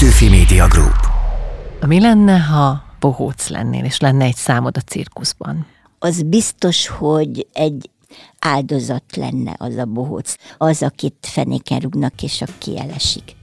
Petőfi Media Group. Mi lenne, ha bohóc lennél, és lenne egy számod a cirkuszban? Az biztos, hogy egy áldozat lenne az a bohóc. Az, akit fenéken rúgnak, és aki elesik.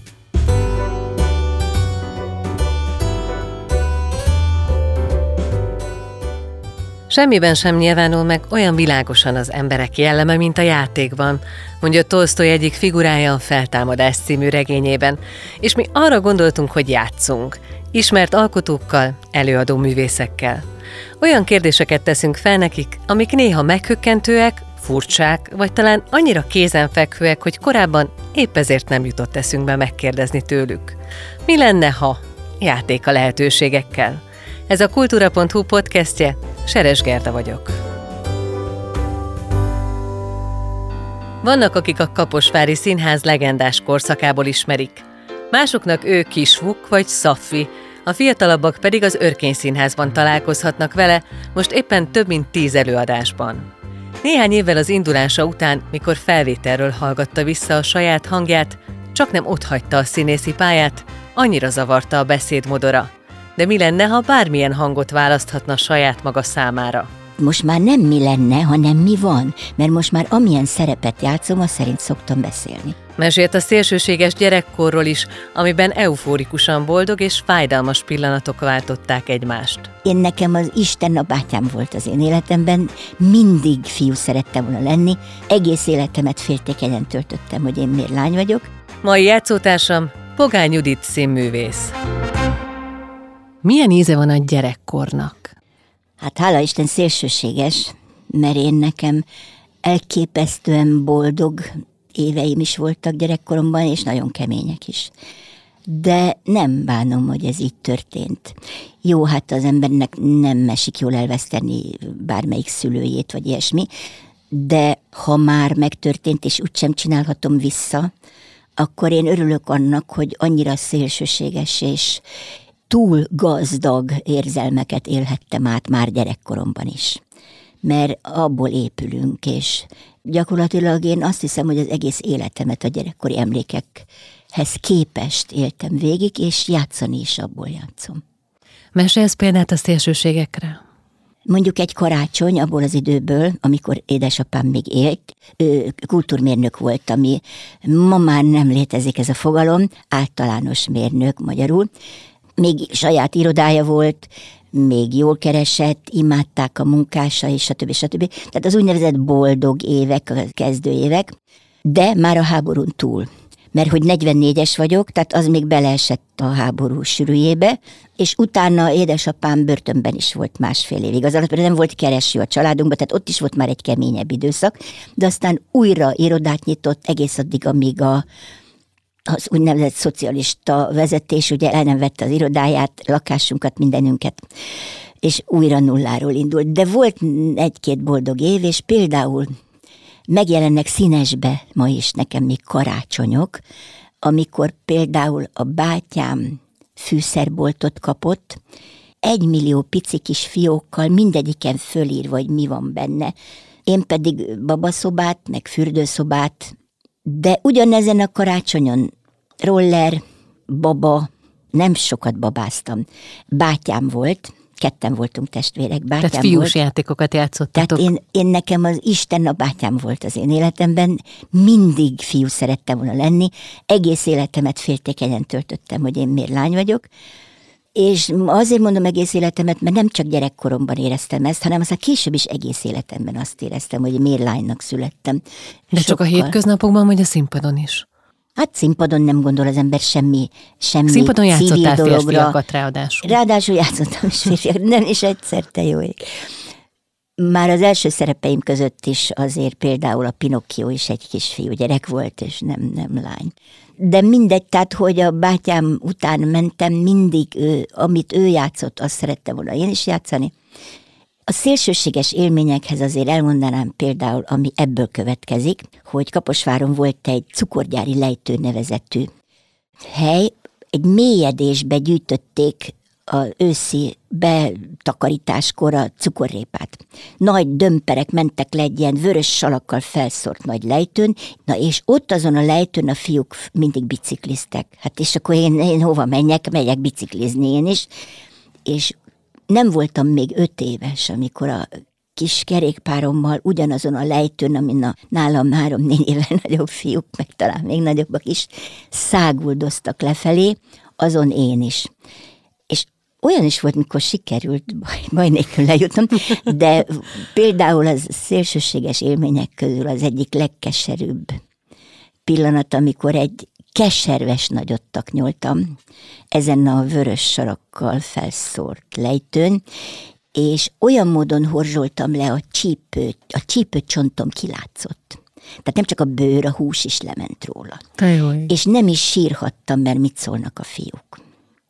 Semmiben sem nyilvánul meg olyan világosan az emberek jelleme, mint a játékban, mondja Tolsztoj egyik figurája a Feltámadás című regényében, és mi arra gondoltunk, hogy játszunk, ismert alkotókkal, előadó művészekkel. Olyan kérdéseket teszünk fel nekik, amik néha meghökkentőek, furcsák, vagy talán annyira kézenfekvőek, hogy korábban épp ezért nem jutott eszünkbe megkérdezni tőlük. Mi lenne, ha? Játék a lehetőségekkel. Ez a Kultúra.hu podcastje, Seres Gerda vagyok. Vannak, akik a Kaposvári Színház legendás korszakából ismerik. Másoknak ő Kisvuk vagy Szaffi, a fiatalabbak pedig az Örkény Színházban találkozhatnak vele, most éppen több mint 10 előadásban. Néhány évvel az indulása után, mikor felvételről hallgatta vissza a saját hangját, csaknem otthagyta a színészi pályát, annyira zavarta a beszédmodora. De mi lenne, ha bármilyen hangot választhatna saját maga számára? Most már nem mi lenne, hanem mi van, mert most már amilyen szerepet játszom, azt szerint szoktam beszélni. Mesélt a szélsőséges gyerekkorról is, amiben eufórikusan boldog és fájdalmas pillanatok váltották egymást. Nekem az Isten a bátyám volt az én életemben, mindig fiú szerettem volna lenni, egész életemet féltékenyen töltöttem, hogy én miért lány vagyok. Mai játszótársam Pogány Judit színművész. Milyen íze van a gyerekkornak? Hát hála Isten szélsőséges, mert nekem elképesztően boldog éveim is voltak gyerekkoromban, és nagyon kemények is. De nem bánom, hogy ez így történt. Jó, hát az embernek nem esik jól elveszteni bármelyik szülőjét, vagy ilyesmi, de ha már megtörtént, és úgysem csinálhatom vissza, akkor én örülök annak, hogy annyira szélsőséges és túl gazdag érzelmeket élhettem át már gyerekkoromban is. Mert abból épülünk, és gyakorlatilag én azt hiszem, hogy az egész életemet a gyerekkori emlékekhez képest éltem végig, és játszani is abból játszom. Mesélsz példát a szélsőségekre? Mondjuk egy karácsony abból az időből, amikor édesapám még élt, ő kultúrmérnök volt, ami ma már nem létezik ez a fogalom, általános mérnök magyarul, még saját irodája volt, még jól keresett, imádták a munkásai, stb. Tehát az úgynevezett boldog évek, a kezdőévek, de már a háborún túl. Mert hogy 44-es vagyok, tehát az még beleesett a háború sűrűjébe, és utána édesapám börtönben is volt másfél évig. Az alatt nem volt kereső a családunkban, tehát ott is volt már egy keményebb időszak, de aztán újra irodát nyitott egész addig, amíg az úgynevezett szocialista vezetés ugye el nem vette az irodáját, lakásunkat, mindenünket, és újra nulláról indult. De volt egy-két boldog év, és például megjelennek színesbe ma is nekem még karácsonyok, amikor például a bátyám fűszerboltot kapott, 1 millió pici kis fiókkal, mindegyiken fölírva, hogy mi van benne. Én pedig babaszobát, meg fürdőszobát, de ugyanezen a karácsonyon roller, baba, nem sokat babáztam. Bátyám volt, ketten voltunk testvérek, bátyám tehát fiús volt. játékokat játszottatok. Tehát én nekem az Isten a bátyám volt az én életemben, mindig fiú szerettem volna lenni, egész életemet féltékenyen töltöttem, hogy én miért lány vagyok, és azért mondom egész életemet, mert nem csak gyerekkoromban éreztem ezt, hanem aztán később is egész életemben azt éreztem, hogy miért lánynak születtem. De csak a hétköznapokban, vagy a színpadon is? Hát színpadon nem gondol az ember semmi színpadon civil játszottál dologra. Férfiakat ráadásul. Ráadásul játszottam is férfiakat, nem is egyszer, te jó ég. Már az első szerepeim között is azért például a Pinocchio is egy kisfiú gyerek volt, és nem lány. De mindegy, tehát, hogy a bátyám után mentem, mindig amit ő játszott, azt szerettem volna én is játszani. A szélsőséges élményekhez azért elmondanám például, ami ebből következik, hogy Kaposváron volt egy cukorgyári lejtő nevezetű hely, egy mélyedésbe gyűjtötték az őszi betakarításkor a cukorrépát. Nagy dömperek mentek le egy ilyen vörös salakkal felszórt nagy lejtőn, na és ott azon a lejtőn a fiúk mindig bicikliztek. Hát és akkor én hova megyek biciklizni én is, és nem voltam még 5 éves, amikor a kis kerékpárommal ugyanazon a lejtőn, amin nálam 3-4 éve nagyobb fiúk, meg talán még nagyobbak is száguldoztak lefelé, azon én is. És olyan is volt, mikor sikerült baj nélkül lejutnom, de például az szélsőséges élmények közül az egyik legkeserűbb pillanat, amikor egy keserves nagyot taknyoltam ezen a vörös sarakkal felszórt lejtőn, és olyan módon horzsoltam le a csípőcsontom kilátszott. Tehát nem csak a bőr, a hús is lement róla. És nem is sírhattam, mert mit szólnak a fiúk.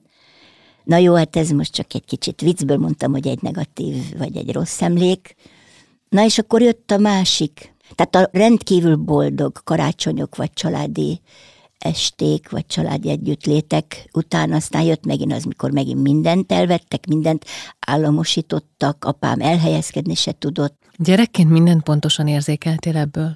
Na jó, hát ez most csak egy kicsit viccből mondtam, hogy egy negatív vagy egy rossz emlék. Na és akkor jött a másik. Tehát a rendkívül boldog karácsonyok, vagy családi esték, vagy családi együttlétek után aztán jött megint az, mikor megint mindent elvettek, mindent államosítottak, apám elhelyezkedni se tudott. Gyerekként mindent pontosan érzékeltél ebből?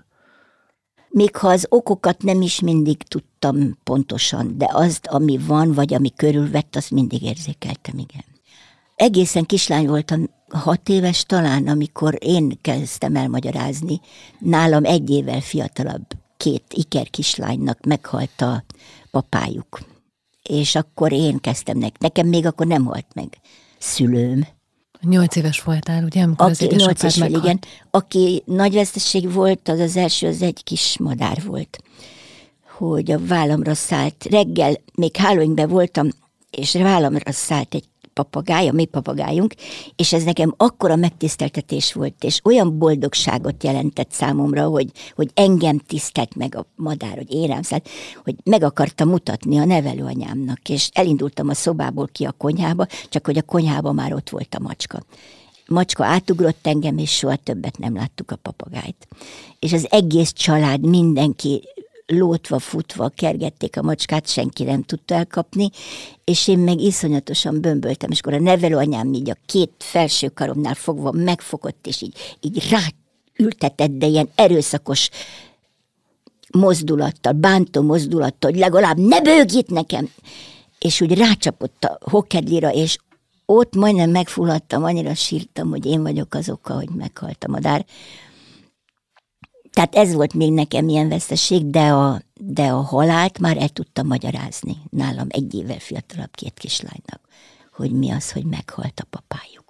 Még ha az okokat nem is mindig tudtam pontosan, de azt, ami van, vagy ami körülvett, azt mindig érzékeltem, igen. Egészen kislány voltam, 6 éves talán, amikor én kezdtem elmagyarázni. Nálam 1 évvel fiatalabb 2 iker kislánynak meghalt a papájuk. És akkor én kezdtem nekem még akkor nem halt meg szülőm. 8 éves voltál, ugye, amikor az édesapád meghalt? Igen. Aki nagy veszteség volt, az első, az egy kis madár volt. Hogy a vállamra szállt. Reggel még Halloweenben voltam, és vállamra szállt egy papagáj, a mi papagájunk, és ez nekem akkora megtiszteltetés volt, és olyan boldogságot jelentett számomra, hogy engem tisztelt meg a madár, hogy én rám szállt, hogy meg akartam mutatni a nevelőanyámnak, és elindultam a szobából ki a konyhába, csak hogy a konyhában már ott volt a macska. Macska átugrott engem, és soha többet nem láttuk a papagájt. És az egész család, mindenki lótva, futva kergették a macskát, senki nem tudta elkapni, és én meg iszonyatosan bömböltem, és akkor a nevelőanyám így a 2 felső karomnál fogva megfogott, és így ráültetett, de ilyen erőszakos mozdulattal, bántó mozdulattal, hogy legalább ne bőgj itt nekem! És úgy rácsapott a hokedlira, és ott majdnem megfulladtam, annyira sírtam, hogy én vagyok az oka, hogy meghalt a madár. Tehát ez volt még nekem ilyen veszteség, de a halált már el tudtam magyarázni nálam 1 évvel fiatalabb 2 kislánynak, hogy mi az, hogy meghalt a papájuk.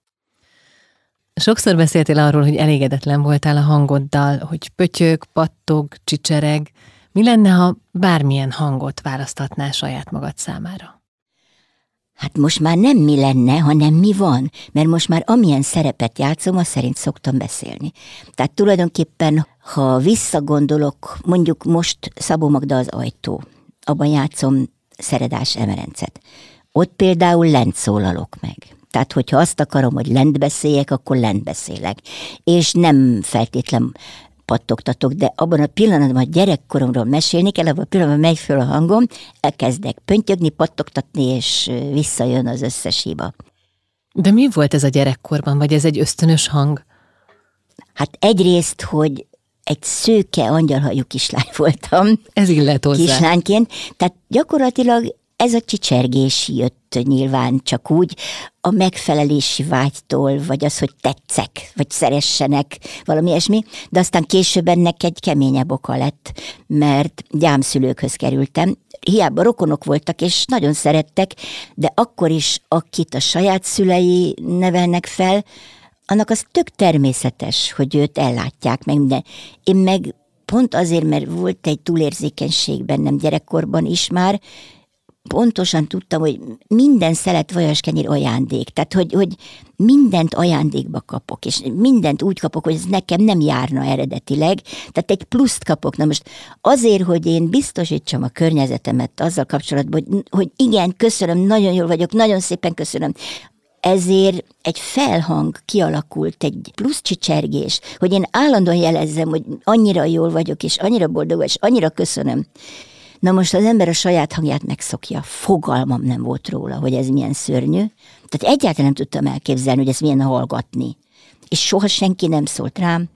Sokszor beszéltél arról, hogy elégedetlen voltál a hangoddal, hogy pötyög, pattog, csicsereg. Mi lenne, ha bármilyen hangot választhatnál saját magad számára? Hát most már nem mi lenne, hanem mi van, mert most már amilyen szerepet játszom, azt szerint szoktam beszélni. Tehát tulajdonképpen, ha visszagondolok, mondjuk most Szabó Magda az Ajtó, abban játszom Szeredás Emerencet. Ott például lent szólalok meg. Tehát, hogyha azt akarom, hogy lent beszéljek, akkor lent beszélek. És nem feltétlen pattogtatok, de abban a pillanatban, a gyerekkoromról mesélni kell, abban a pillanatban megy föl a hangom, elkezdek pöntyögni, pattogtatni, és visszajön az összes hiba. De mi volt ez a gyerekkorban, vagy ez egy ösztönös hang? Hát egyrészt, hogy egy szőke angyalhajú kislány voltam. Ez illet hozzá. Kislányként, tehát gyakorlatilag ez a csicsergés jött nyilván csak úgy, a megfelelési vágytól, vagy az, hogy tetszek, vagy szeressenek, valami ilyesmi, de aztán később ennek egy keményebb oka lett, mert gyámszülőkhöz kerültem. Hiába rokonok voltak, és nagyon szerettek, de akkor is, akit a saját szülei nevelnek fel, annak az tök természetes, hogy őt ellátják meg minden. Én meg pont azért, mert volt egy túlérzékenység bennem gyerekkorban is már, pontosan tudtam, hogy minden szelet vajaskenyér ajándék, tehát hogy mindent ajándékba kapok, és mindent úgy kapok, hogy ez nekem nem járna eredetileg, tehát egy pluszt kapok. Na most azért, hogy én biztosítsam a környezetemet azzal kapcsolatban, hogy igen, köszönöm, nagyon jól vagyok, nagyon szépen köszönöm, ezért egy felhang kialakult, egy plusz csicsergés, hogy én állandóan jelezzem, hogy annyira jól vagyok, és annyira boldog, és annyira köszönöm. Na most az ember a saját hangját megszokja, fogalmam nem volt róla, hogy ez milyen szörnyű. Tehát egyáltalán nem tudtam elképzelni, hogy ezt milyen hallgatni. És soha senki nem szólt rám.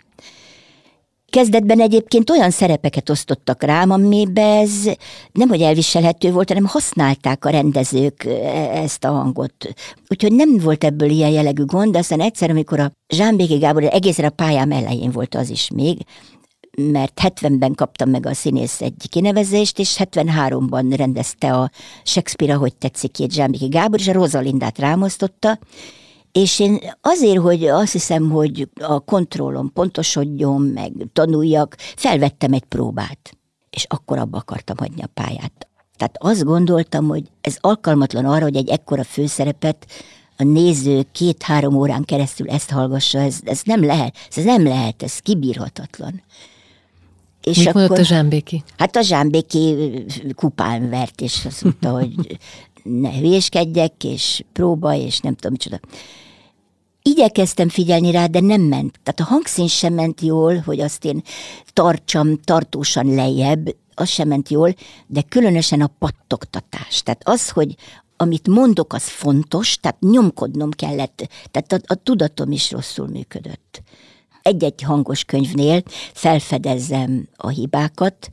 Kezdetben egyébként olyan szerepeket osztottak rám, amiben ez nemhogy elviselhető volt, hanem használták a rendezők ezt a hangot. Úgyhogy nem volt ebből ilyen jellegű gond, de aztán egyszer, amikor a Zsámbéki Gábor egészen a pályám elején volt az is még, mert 70-ben kaptam meg a színész egy kinevezést, és 73-ban rendezte a Shakespeare, ahogy tetszik, Zsámbéki Gábor, és a Rosalindát rámosztotta, és én azért, hogy azt hiszem, hogy a kontrollom pontosodjon, meg tanuljak, felvettem egy próbát, és akkor abba akartam hagyni a pályát. Tehát azt gondoltam, hogy ez alkalmatlan arra, hogy egy ekkora főszerepet a néző 2-3 órán keresztül ezt hallgassa, ez nem lehet, ez kibírhatatlan. És mit mondott a Zsámbéki? Hát a Zsámbéki kupán vert, és azt mondta, hogy ne hülyéskedjek, és próba, és nem tudom micsoda. Igyekeztem figyelni rá, de nem ment. Tehát a hangszín sem ment jól, hogy azt én tartsam tartósan lejjebb, az sem ment jól, de különösen a pattogtatás. Tehát az, hogy amit mondok, az fontos, tehát nyomkodnom kellett, tehát a tudatom is rosszul működött. Egy-egy hangos könyvnél felfedezzem a hibákat,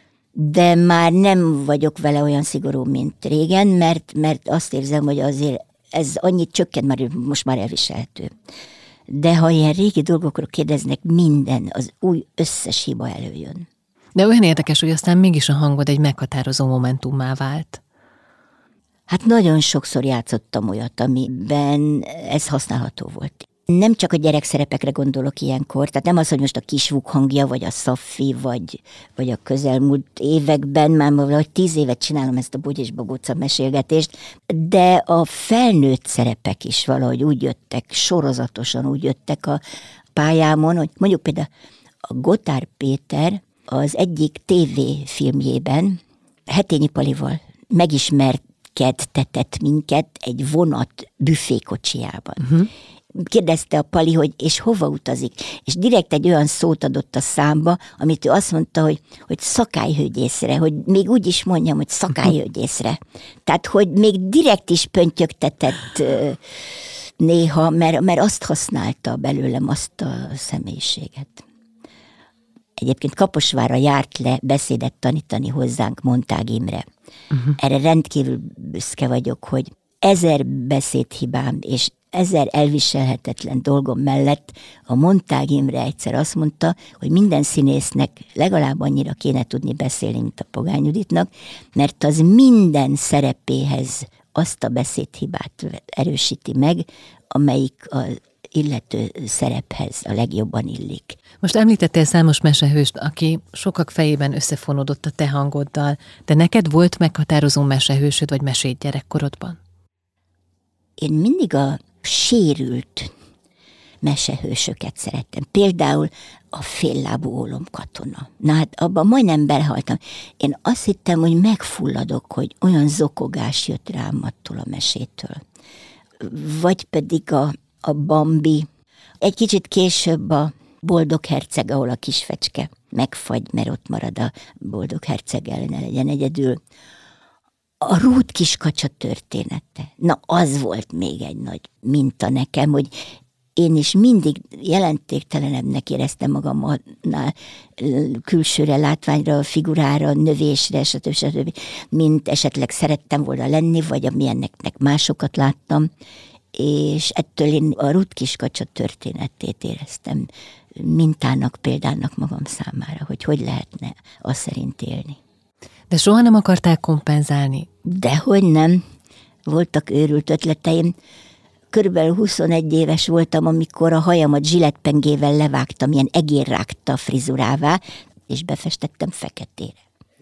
de már nem vagyok vele olyan szigorú, mint régen, mert azt érzem, hogy azért ez annyit csökkent, most már elviselhető. De ha ilyen régi dolgokról kérdeznek, minden, az új összes hiba előjön. De olyan érdekes, hogy aztán mégis a hangod egy meghatározó momentummá vált. Hát nagyon sokszor játszottam olyat, amiben ez használható volt. Nem csak a gyerekszerepekre gondolok ilyenkor, tehát nem az, hogy most a Kisvuk hangja, vagy a Szaffi, vagy a közelmúlt években, már valahogy 10 évet csinálom ezt a Bogy és Babóca mesélgetést, de a felnőtt szerepek is valahogy úgy jöttek, sorozatosan úgy jöttek a pályámon, hogy mondjuk például a Gotár Péter az egyik tévéfilmjében Hetényi Palival megismerkedtetett minket egy vonat büfékocsijában. Kérdezte a Pali, hogy és hova utazik, és direkt egy olyan szót adott a számba, amit ő azt mondta, hogy szakályhölgyészre, hogy még úgy is mondjam, hogy szakályhölgyészre. Tehát, hogy még direkt is pöntjögtetett néha, mert azt használta belőlem, azt a személyiséget. Egyébként Kaposvárra járt le beszédet tanítani hozzánk Montág Imre. Erre rendkívül büszke vagyok, hogy 1000 beszédhibám és 1000 elviselhetetlen dolgom mellett a Montág Imre egyszer azt mondta, hogy minden színésznek legalább annyira kéne tudni beszélni, mint a Pogány Juditnak, mert az minden szerepéhez azt a beszédhibát erősíti meg, amelyik az illető szerephez a legjobban illik. Most említettél számos mesehőst, aki sokak fejében összefonódott a te hangoddal, de neked volt meghatározó mesehősöd vagy meséd gyerekkorodban? Én mindig a sérült mesehősöket szerettem. Például a Féllábú ólomkatona. Na hát abban majdnem belehaltam. Én azt hittem, hogy megfulladok, hogy olyan zokogás jött rám attól a mesétől. Vagy pedig a Bambi. Egy kicsit később a Boldog herceg, ahol a kisfecske megfagy, mert ott marad a boldog herceg ellen, legyen egyedül. A Rút kiskacsa története. Na, az volt még egy nagy minta nekem, hogy én is mindig jelentéktelenebbnek éreztem magam annál külsőre, látványra, figurára, növésre, stb. Mint esetleg szerettem volna lenni, vagy amilyennek másokat láttam, és ettől én a Rút kiskacsa történetét éreztem mintának, példának magam számára, hogy lehetne azt szerint élni. De soha nem akartál kompenzálni? Dehogy nem. Voltak őrült ötleteim. Körülbelül 21 éves voltam, amikor a hajamat zsilettpengével levágtam, ilyen egérrágta frizurává, és befestettem feketére.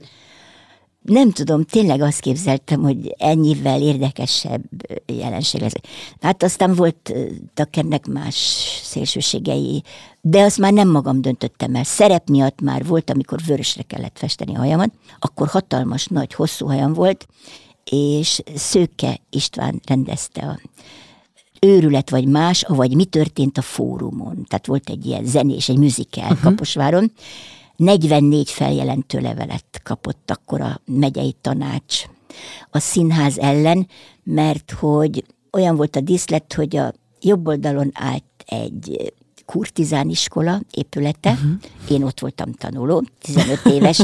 Nem tudom, tényleg azt képzeltem, hogy ennyivel érdekesebb jelenség lesz. Hát aztán voltak ennek más szélsőségei, de azt már nem magam döntöttem el. Szerep miatt már volt, amikor vörösre kellett festeni a hajamat, akkor hatalmas, nagy, hosszú hajam volt, és Szőke István rendezte a Őrület vagy más, vagy Mi történt a fórumon. Tehát volt egy ilyen zenés, egy musical Kaposváron. 44 feljelentő levelet kapott akkor a megyei tanács a színház ellen, mert hogy olyan volt a díszlet, hogy a jobb oldalon állt egy kurtizániskola épülete, én ott voltam tanuló, 15 éves,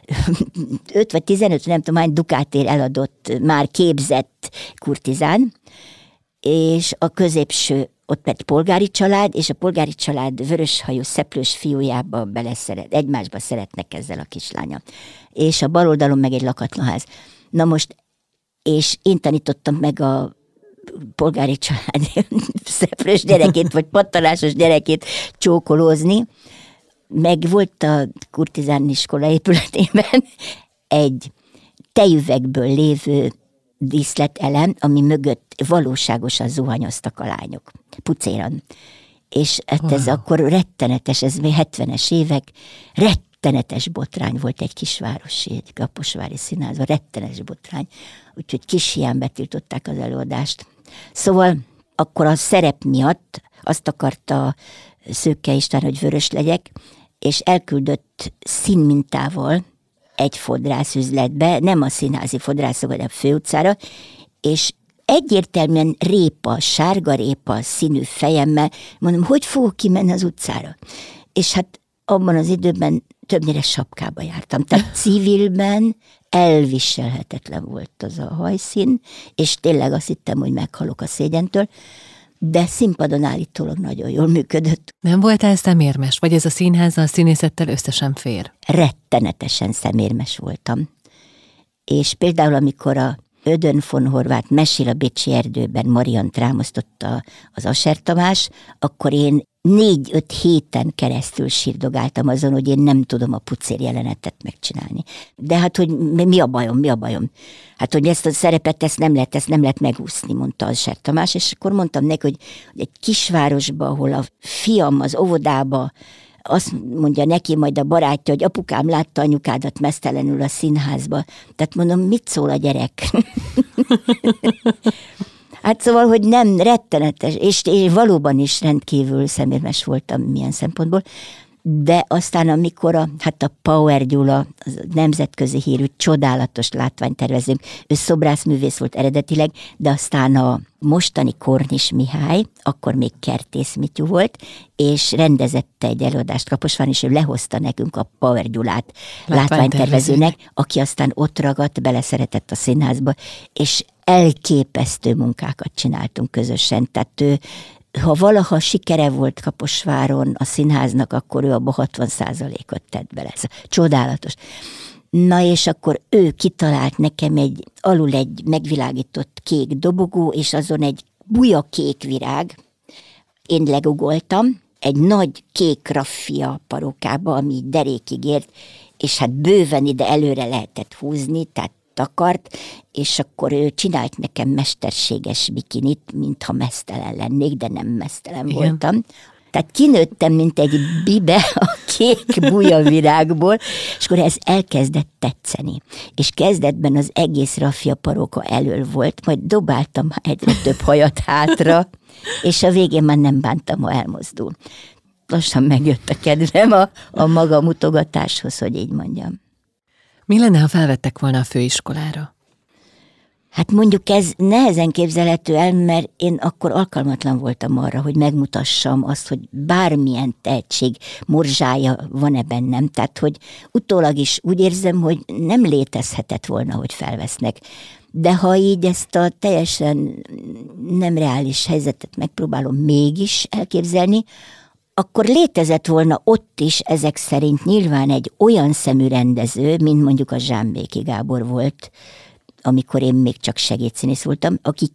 5 vagy 15, nem tudom hány dukátért eladott, már képzett kurtizán, és a középső ott egy polgári család, és a polgári család vöröshajú, szeplős fiújába egymásba szeretnek ezzel a kislánya. És a bal oldalon meg egy lakatlanház. Na most, és én tanítottam meg a polgári család szeplős gyerekét, vagy pattanásos gyerekét csókolózni, meg volt a kurtizániskola épületében egy tejüvegből lévő díszletelem, ami mögött valóságosan zuhanyoztak a lányok, pucéran. És hát ez akkor rettenetes, ez még 70-es évek, rettenetes botrány volt egy kisvárosi, egy kaposvári színházban, rettenetes botrány, úgyhogy kis hián betiltották az előadást. Szóval akkor a szerep miatt azt akarta Szőke István, hogy vörös legyek, és elküldött színmintával egy fodrászüzletbe, nem a színházi fodrászok, hanem a főutcára, és egyértelműen répa, sárga répa színű fejemmel, mondom, hogy fogok kimenni az utcára? És hát abban az időben többnyire sapkába jártam, tehát civilben elviselhetetlen volt az a hajszín, és tényleg azt hittem, hogy meghalok a szégyentől, de színpadon állítólag nagyon jól működött. Nem voltál szemérmes, vagy ez a színházzal, a színészettel összesen fér? Rettenetesen szemérmes voltam. És például, amikor a Ödön von Horváth mesél a Bécsi erdőben, Mariant rámoztotta az Asser Tamás, akkor én 4-5 héten keresztül sírdogáltam azon, hogy én nem tudom a pucér jelenetet megcsinálni. De hát, hogy mi a bajom? Hát, hogy ezt a szerepet, ezt nem lehet megúszni, mondta Asser Tamás, és akkor mondtam neki, hogy egy kisvárosba, ahol a fiam az óvodába, azt mondja neki majd a barátja, hogy apukám látta anyukádat meztelenül a színházba. Tehát mondom, mit szól a gyerek? Hát szóval, hogy nem rettenetes, és én valóban is rendkívül szemérmes voltam milyen szempontból, de aztán amikor a Pauer Gyula, az nemzetközi hírű csodálatos látványtervezőnk, ő szobrászművész volt eredetileg, de aztán a mostani Kornis Mihály, akkor még Kertész Mityu volt, és rendezett egy előadást Kaposváron, és ő lehozta nekünk a Pauer Gyulát látványtervezőnek, aki aztán ott ragadt, beleszeretett a színházba, és elképesztő munkákat csináltunk közösen, tehát ő, ha valaha sikere volt Kaposváron a színháznak, akkor ő abba 60%-ot tett bele. Ez csodálatos. Na és akkor ő kitalált nekem alul egy megvilágított kék dobogó, és azon egy buja kék virág. Én legugoltam egy nagy kék raffia parókába, ami derékig ért, és hát bőven ide előre lehetett húzni, tehát akart, és akkor ő csinált nekem mesterséges bikinit, mintha meztelen lennék, de nem meztelen voltam. Tehát kinőttem, mint egy bibe a kék bujavirágból, és akkor ez elkezdett tetszeni. És kezdetben az egész raffia paróka elől volt, majd dobáltam egyre több hajat hátra, és a végén már nem bántam, ha elmozdul. Lassan megjött a kedvem a maga mutogatáshoz, hogy így mondjam. Mi lenne, ha felvettek volna a főiskolára? Hát mondjuk ez nehezen képzelhető el, mert én akkor alkalmatlan voltam arra, hogy megmutassam azt, hogy bármilyen tehetség morzsája van-e bennem. Tehát, hogy utólag is úgy érzem, hogy nem létezhetett volna, hogy felvesznek. De ha így ezt a teljesen nem reális helyzetet megpróbálom mégis elképzelni, akkor létezett volna ott is ezek szerint nyilván egy olyan szemű rendező, mint mondjuk a Zsámbéki Gábor volt, amikor én még csak segédszínész voltam, aki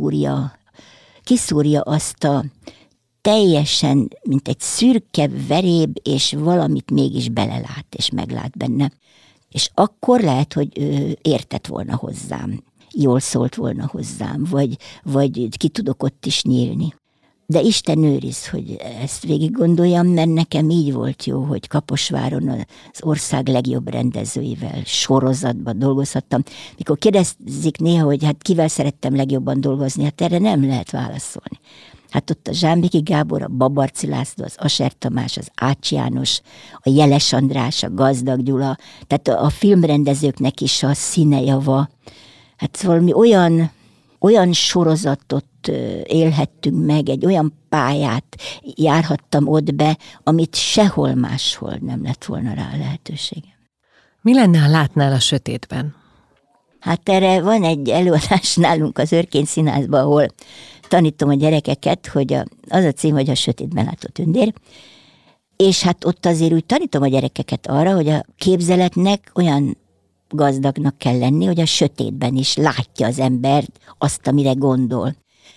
kiszúrja azt a teljesen, mint egy szürke veréb, és valamit mégis belelát, és meglát benne. És akkor lehet, hogy ő értett volna hozzám, jól szólt volna hozzám, vagy ki tudok ott is nyílni. De Isten őriz, hogy ezt végig gondoljam, mert nekem így volt jó, hogy Kaposváron az ország legjobb rendezőivel sorozatban dolgozhattam. Mikor kérdezik néha, hogy hát kivel szerettem legjobban dolgozni, hát erre nem lehet válaszolni. Hát ott a Zsámbéki Gábor, a Babarczy László, az Asser Tamás, az Ács János, a Jeles András, a Gazdag Gyula, tehát a filmrendezőknek is a színejava. Hát valami olyan sorozatot élhettünk meg, egy olyan pályát járhattam ott be, amit sehol máshol nem lett volna rá lehetőségem. Mi lenne, ha látnál a sötétben? Hát erre van egy előadás nálunk az Örkény Színházban, ahol tanítom a gyerekeket, hogy az a cím, hogy a sötétben látó tündér, és hát ott azért úgy tanítom a gyerekeket arra, hogy a képzeletnek olyan gazdagnak kell lenni, hogy a sötétben is látja az ember azt, amire gondol.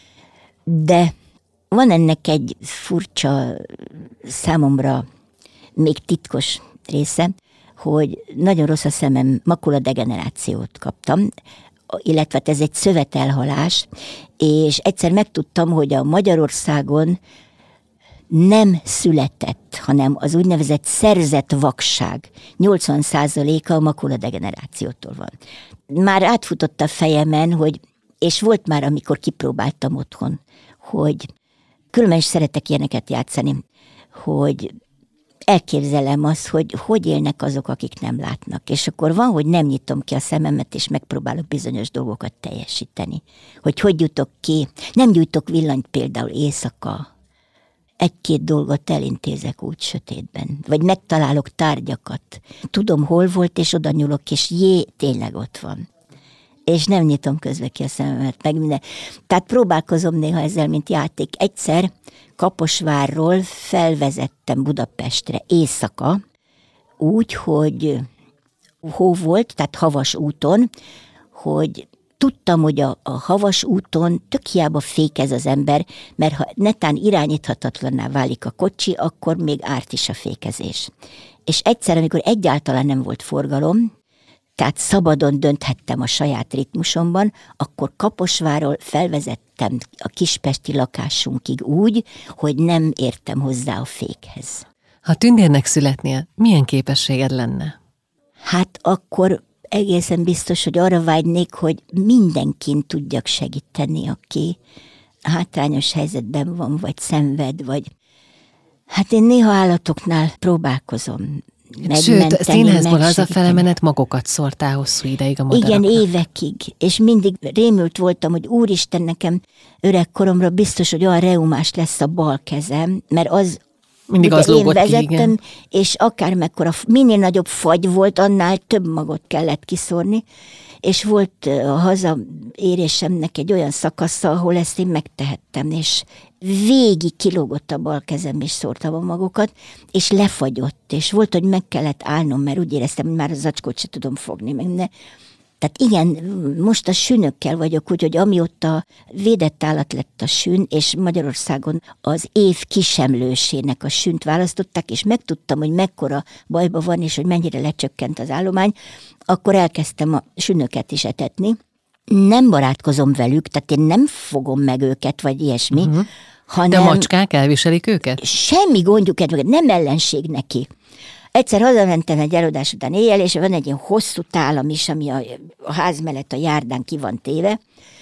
De van ennek egy furcsa, számomra még titkos része, hogy nagyon rossz a szemem, makuladegenerációt kaptam, illetve ez egy szövetelhalás, és egyszer megtudtam, hogy a Magyarországon nem született, hanem az úgynevezett szerzett vakság 80%-a a makuladegenerációtól van. Már átfutott a fejemen, és volt már, amikor kipróbáltam otthon, hogy különben is szeretek ilyeneket játszani, hogy elképzelem azt, hogy élnek azok, akik nem látnak. És akkor van, hogy nem nyitom ki a szememet, és megpróbálok bizonyos dolgokat teljesíteni. Hogy jutok ki. Nem gyújtok villanyt például éjszaka. Egy-két dolgot elintézek úgy sötétben. Vagy megtalálok tárgyakat. Tudom, hol volt, és oda nyúlok, és tényleg ott van. És nem nyitom közben ki a szememet, meg minden. Tehát próbálkozom néha ezzel, mint játék. Egyszer Kaposvárról felvezettem Budapestre éjszaka, úgy, hogy hó volt, tehát havas úton, hogy tudtam, hogy a havas úton tök hiába fékez az ember, mert ha netán irányíthatatlanná válik a kocsi, akkor még árt is a fékezés. És egyszer, amikor egyáltalán nem volt forgalom, tehát szabadon dönthettem a saját ritmusomban, akkor Kaposvárról felvezettem a kispesti lakásunkig úgy, hogy nem értem hozzá a fékhez. Ha tündérnek születnél, milyen képességed lenne? Hát akkor egészen biztos, hogy arra vágynék, hogy mindenkin tudjak segíteni, aki hátrányos helyzetben van, vagy szenved, vagy... Hát én néha állatoknál próbálkozom. Sőt, a színházból az a felemenet magokat szórtál hosszú ideig a madaraknak. Igen, évekig. És mindig rémült voltam, hogy úristen, nekem öregkoromra biztos, hogy olyan reumás lesz a bal kezem, mert az mindig az én vezettem, ki, igen. És akármekkora, minél nagyobb fagy volt, annál több magot kellett kiszórni, és volt a hazaérésemnek egy olyan szakasza, ahol ezt én megtehettem, és végig kilógott a bal kezem, és szórtam a magokat, és lefagyott, és volt, hogy meg kellett állnom, mert úgy éreztem, hogy már a zacskót se tudom fogni, meg ne. Tehát igen, most a sünökkel vagyok, úgyhogy amióta védett állat lett a sün, és Magyarországon az év kisemlősének a sünt választották, és megtudtam, hogy mekkora bajba van, és hogy mennyire lecsökkent az állomány, akkor elkezdtem a sünöket is etetni. Nem barátkozom velük, tehát én nem fogom meg őket, vagy ilyesmi, hanem... De a macskák elviselik őket? Semmi gondjuk, nem ellenség neki. Egyszer hazamentem egy előadás után éjjel, és van egy ilyen hosszú tálam is, ami a ház mellett a járdán ki van téve.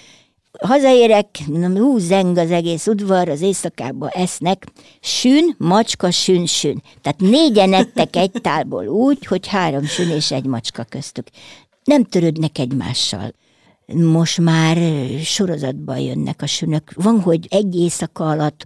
Hazaérek, zeng az egész udvar, az éjszakában esznek, sün, macska, sün. Tehát 4-en ettek egy tálból úgy, hogy 3 sün és 1 macska köztük. Nem törődnek egymással. Most már sorozatban jönnek a sünök. Van, hogy egy éjszaka alatt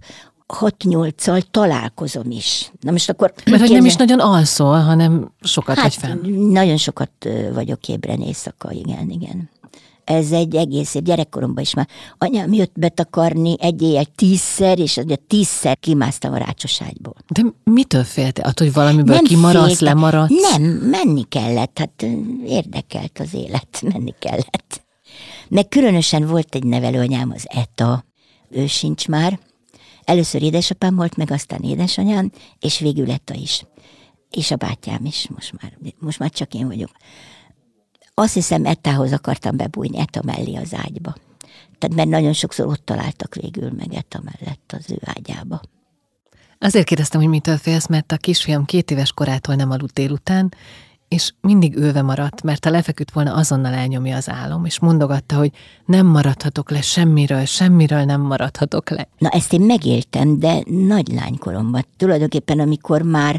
6-8-al találkozom is. Na most akkor... Mert hogy nem is nagyon alszol, hanem sokat vagy fenn. Nagyon sokat vagyok ébren éjszaka, igen. Ez egy egész, gyerekkoromban is már. Anyám jött betakarni egy éjjel 10-szer, és 10-szer kimásztam a rácsos ágyból. De mitől féltél? Attól, hogy valamiből kimaradsz, lemaradsz? Nem, menni kellett, hát érdekelt az élet, menni kellett. Meg különösen volt egy nevelőanyám, az Eta, ő sincs már. Először édesapám volt, meg aztán édesanyám, és végül Eta is. És a bátyám is most már csak én vagyok. Azt hiszem, Etához akartam bebújni, Eta mellé az ágyba. Tehát mert nagyon sokszor ott találtak végül meg Eta mellett az ő ágyába. Azért kérdeztem, hogy mitől félsz, mert a kisfiam 2 éves korától nem aludt délután, és mindig ülve maradt, mert ha lefeküdt volna, azonnal elnyomja az álom, és mondogatta, hogy nem maradhatok le semmiről nem maradhatok le. Na ezt én megéltem, de nagy lánykoromban. Tulajdonképpen amikor már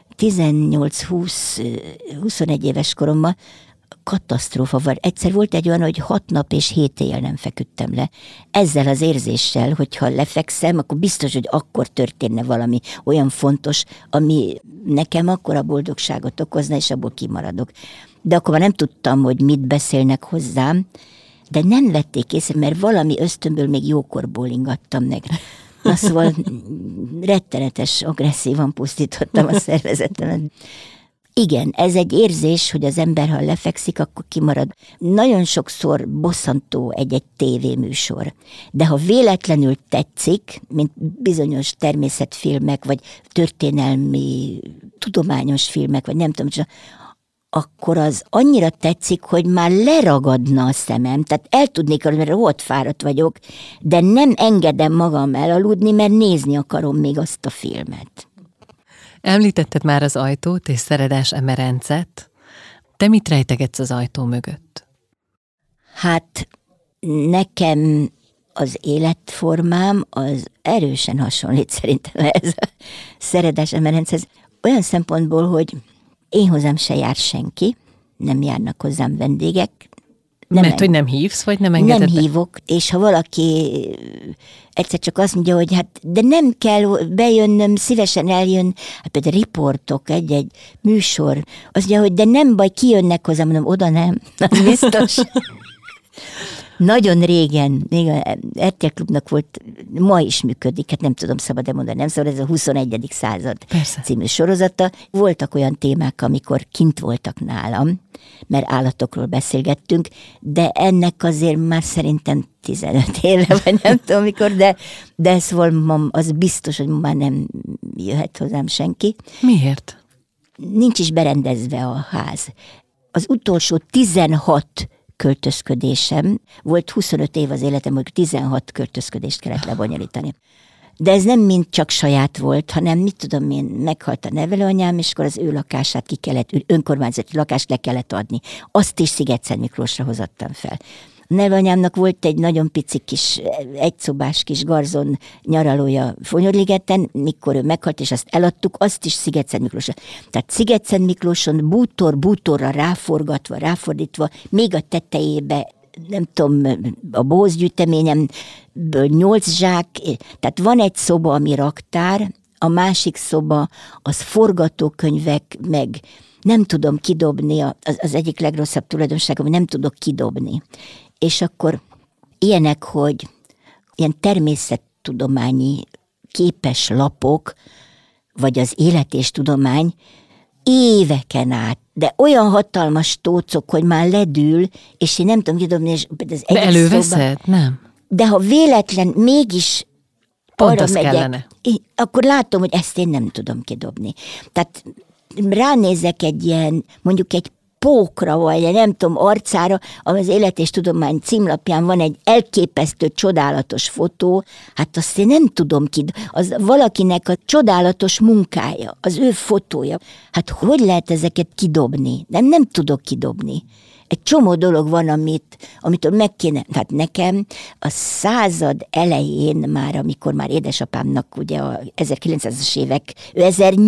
18-20-21 éves koromban katasztrófa van. Egyszer volt egy olyan, hogy 6 nap és 7 éjjel nem feküdtem le. Ezzel az érzéssel, hogyha lefekszem, akkor biztos, hogy akkor történne valami olyan fontos, ami nekem akkora boldogságot okozna, és abból kimaradok. De akkor már nem tudtam, hogy mit beszélnek hozzám, de nem vették észre, mert valami ösztönből még jókor bólingattam meg. Na szóval rettenetes, agresszívan pusztítottam a szervezetemet. Igen, ez egy érzés, hogy az ember, ha lefekszik, akkor kimarad. Nagyon sokszor bosszantó egy tévéműsor, de ha véletlenül tetszik, mint bizonyos természetfilmek, vagy történelmi, tudományos filmek, vagy nem tudom, akkor az annyira tetszik, hogy már leragadna a szemem, tehát el tudnék aludni, mert rohadt fáradt vagyok, de nem engedem magam elaludni, mert nézni akarom még azt a filmet. Említetted már az ajtót és Szeredes Emerencet. Te mit rejtegetsz az ajtó mögött? Hát nekem az életformám az erősen hasonlít szerintem ez a Szeredes Emerenchez. Olyan szempontból, hogy én hozzám se jár senki, nem járnak hozzám vendégek. Hogy nem hívsz, vagy nem engeded? Nem hívok, és ha valaki egyszer csak azt mondja, hogy hát, de nem kell bejönnöm, szívesen eljön, hát például riportok, egy műsor, azt mondja, hogy de nem baj, kijönnek hozzám, mondom, oda nem, az biztos. Nagyon régen, még a RTL Klubnak volt, ma is működik, hát nem tudom, szabad-e mondani, nem szabad, ez a 21. század Persze. Című sorozata. Voltak olyan témák, amikor kint voltak nálam, mert állatokról beszélgettünk, de ennek azért már szerintem 15 éve, vagy nem tudom mikor, de szóval az biztos, hogy már nem jöhet hozzám senki. Miért? Nincs is berendezve a ház. Az utolsó 16 költözködésem, volt 25 év az életem, hogy 16 költözködést kellett lebonyolítani. De ez nem mind csak saját volt, hanem mit tudom én, meghalt a nevelőanyám, és akkor az ő lakását ki kellett, önkormányzati lakást le kellett adni. Azt is Sziget-Szentmiklósra hozattam fel. A nevelőanyámnak volt egy nagyon pici kis, egyszobás kis garzon nyaralója Fonyodligeten, mikor ő meghalt, és azt eladtuk, azt is Sziget-Szentmiklósra. Tehát Sziget-Szentmiklóson bútorra ráforgatva, ráfordítva, még a tetejébe, nem tudom, a bózgyűjteményemből 8 zsák, tehát van egy szoba, ami raktár, a másik szoba, az forgatókönyvek, meg nem tudom kidobni, az egyik legrosszabb tulajdonságom, hogy nem tudok kidobni. És akkor ilyenek, hogy ilyen természettudományi képes lapok, vagy az élet és tudomány éveken át, de olyan hatalmas tócok, hogy már ledül, és én nem tudom kidobni, és az de előveszed? Nem. De ha véletlen mégis pont arra az megyek, kellene. Akkor látom, hogy ezt én nem tudom kidobni. Tehát ránézek egy ilyen, mondjuk egy pókra, vagy nem tudom, arcára, ami az Élet és Tudomány címlapján van egy elképesztő, csodálatos fotó, hát azt én nem tudom az valakinek a csodálatos munkája, az ő fotója. Hát hogy lehet ezeket kidobni? Nem tudok kidobni. Egy csomó dolog van, amitől meg kéne, hát nekem a század elején már, amikor már édesapámnak ugye a 1900-as évek, ő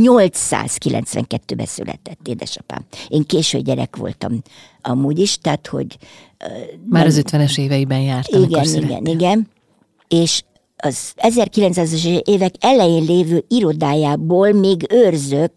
1892-ben született édesapám. Én késő gyerek voltam amúgy is, tehát hogy... Már az 50-es éveiben jártam, igen. És az 1900-as évek elején lévő irodájából még őrzök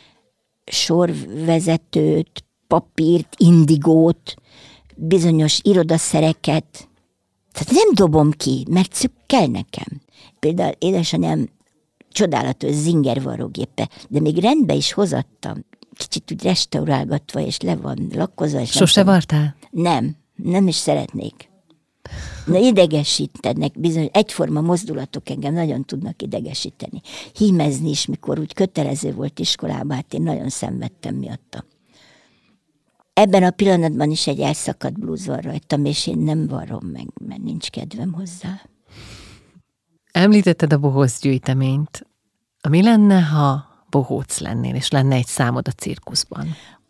sorvezetőt, papírt, indigót, bizonyos irodaszereket. Tehát nem dobom ki, mert kell nekem. Például édesanyám csodálatos zingervarrógépe, de még rendbe is hozattam. Kicsit úgy restaurálgatva, és le van lakkozva. Sose vartál? Nem is szeretnék. Na, idegesítenek, bizony, egyforma mozdulatok engem nagyon tudnak idegesíteni. Hímezni is, mikor úgy kötelező volt iskolában, hát én nagyon szenvedtem miatta. Ebben a pillanatban is egy elszakadt blúz van rajtam, és én nem varrom meg, mert nincs kedvem hozzá. Említetted a bohóc gyűjteményt. Mi lenne, ha bohóc lennél, és lenne egy számod a cirkuszban?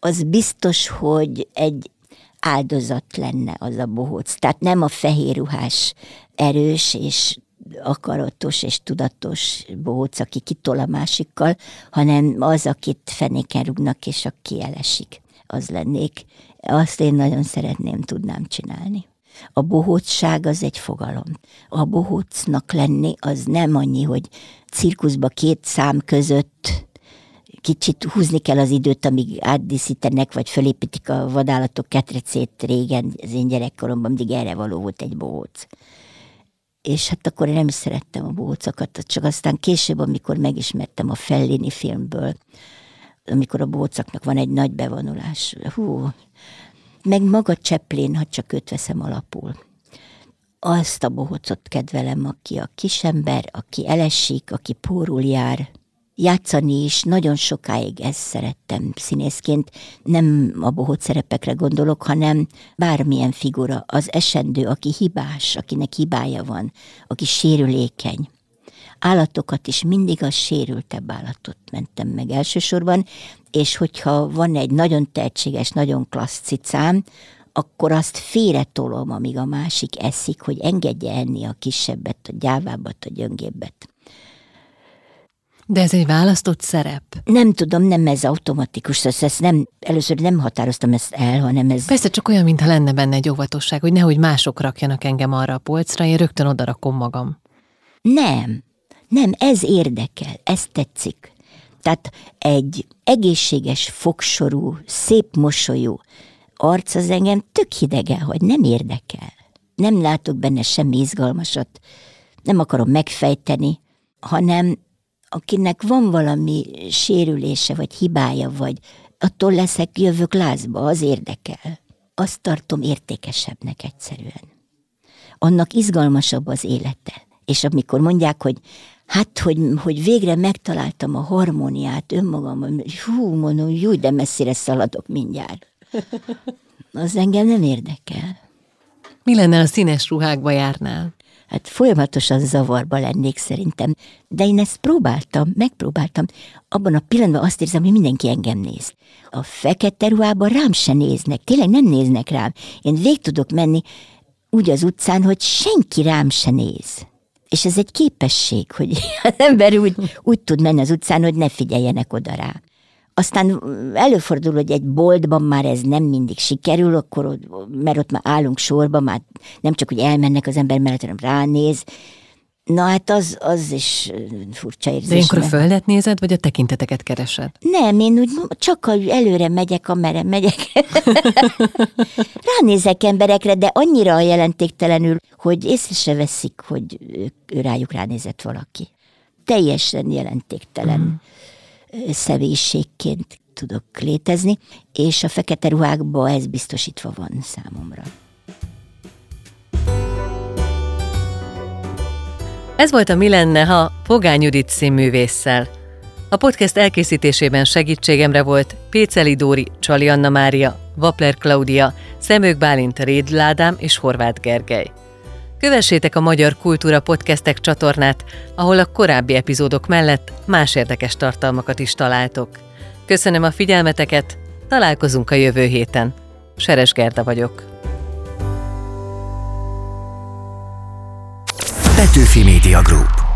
az biztos, hogy egy áldozat lenne az a bohóc. Tehát nem a fehérruhás, erős és akaratos és tudatos bohóc, aki kitol a másikkal, hanem az, akit fenéken rúgnak, és aki elesik. Az lennék. Azt én nagyon szeretném, tudnám csinálni. A bohócság az egy fogalom. A bohócnak lenni az nem annyi, hogy cirkuszba 2 szám között kicsit húzni kell az időt, amíg átdíszítenek, vagy fölépítik a vadállatok ketrecét régen, az én gyerekkoromban mindig erre való volt egy bohóc. És hát akkor én nem is szerettem a bohócokat, csak aztán később, amikor megismertem a Fellini filmből, amikor a bohócoknak van egy nagy bevonulás. Meg maga Chaplin, ha csak őt veszem alapul. Azt a bohócot kedvelem, aki a kisember, aki elesik, aki pórul jár. Játszani is nagyon sokáig ezt szerettem színészként. Nem a bohóc szerepekre gondolok, hanem bármilyen figura. Az esendő, aki hibás, akinek hibája van, aki sérülékeny. Állatokat is mindig a sérültebb állatot mentem meg elsősorban, és hogyha van egy nagyon tehetséges, nagyon klassz cicám, akkor azt félretolom, amíg a másik eszik, hogy engedje enni a kisebbet, a gyávábbat, a gyöngébbet. De ez egy választott szerep? Nem tudom, nem ez automatikus, először nem határoztam ezt el, hanem ez... Persze, csak olyan, mintha lenne benne egy óvatosság, hogy nehogy mások rakjanak engem arra a polcra, én rögtön odarakom magam. Nem, ez érdekel, ez tetszik. Tehát egy egészséges, fogsorú, szép mosolyú arc az engem tök hidegen, hogy nem érdekel. Nem látok benne semmi izgalmasat, nem akarom megfejteni, hanem akinek van valami sérülése, vagy hibája, vagy attól jövök lázba, az érdekel. Azt tartom értékesebbnek egyszerűen. Annak izgalmasabb az élete. És amikor mondják, hogy végre megtaláltam a harmóniát önmagamban, mondom, de messzire szaladok mindjárt. Az engem nem érdekel. Mi lenne, a színes ruhákba járnál? Hát folyamatosan zavarba lennék szerintem. De én ezt megpróbáltam. Abban a pillanatban azt érzem, hogy mindenki engem néz. A fekete ruhában rám se néznek, tényleg nem néznek rám. Én végig tudok menni úgy az utcán, hogy senki rám se néz. És ez egy képesség, hogy az ember úgy tud menni az utcán, hogy ne figyeljenek oda rá. Aztán előfordul, hogy egy boltban már ez nem mindig sikerül, akkor, mert ott már állunk sorba, már nem csak, hogy elmennek az ember mellett, hanem ránéz. Na hát az is furcsa érzés. De ilyenkor a földet nézed, vagy a tekinteteket keresed? Nem, én úgy csak előre megyek, amerre megyek. Ránézek emberekre, de annyira jelentéktelenül, hogy észre se veszik, hogy ő rájuk ránézett valaki. Teljesen jelentéktelen személyiségként tudok létezni, és a fekete ruhákban ez biztosítva van számomra. Ez volt a Mi lenne, ha Pogány Judit színművésszel. A podcast elkészítésében segítségemre volt Péceli Dóri, Csali Anna Mária, Vapler Klaudia, Szemők Bálint, Rédl Ádám és Horváth Gergely. Kövessétek a Magyar Kultúra Podcastek csatornát, ahol a korábbi epizódok mellett más érdekes tartalmakat is találtok. Köszönöm a figyelmeteket, találkozunk a jövő héten. Seres Gerda vagyok. Petőfi Media Group.